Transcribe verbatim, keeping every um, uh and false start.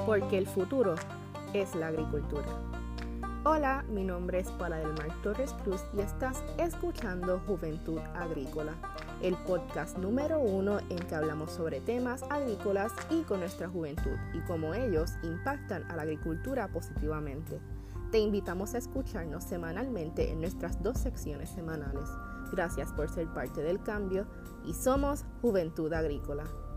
porque el futuro es la agricultura. Hola, mi nombre es Paula del Mar Torres Cruz y estás escuchando Juventud Agrícola, el podcast número uno en que hablamos sobre temas agrícolas y con nuestra juventud y cómo ellos impactan a la agricultura positivamente. Te invitamos a escucharnos semanalmente en nuestras dos secciones semanales. Gracias por ser parte del cambio y somos Juventud Agrícola.